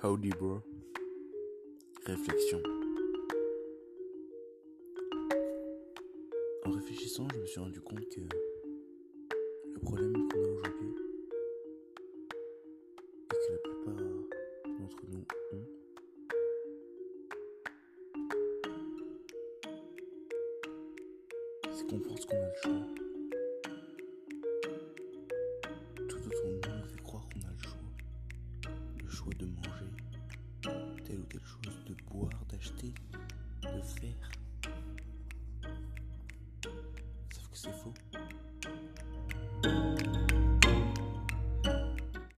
Howdy bro. Réflexion. En réfléchissant, je me suis rendu compte que le problème qu'on a aujourd'hui et que la plupart d'entre nous ont, c'est qu'on pense qu'on a le choix.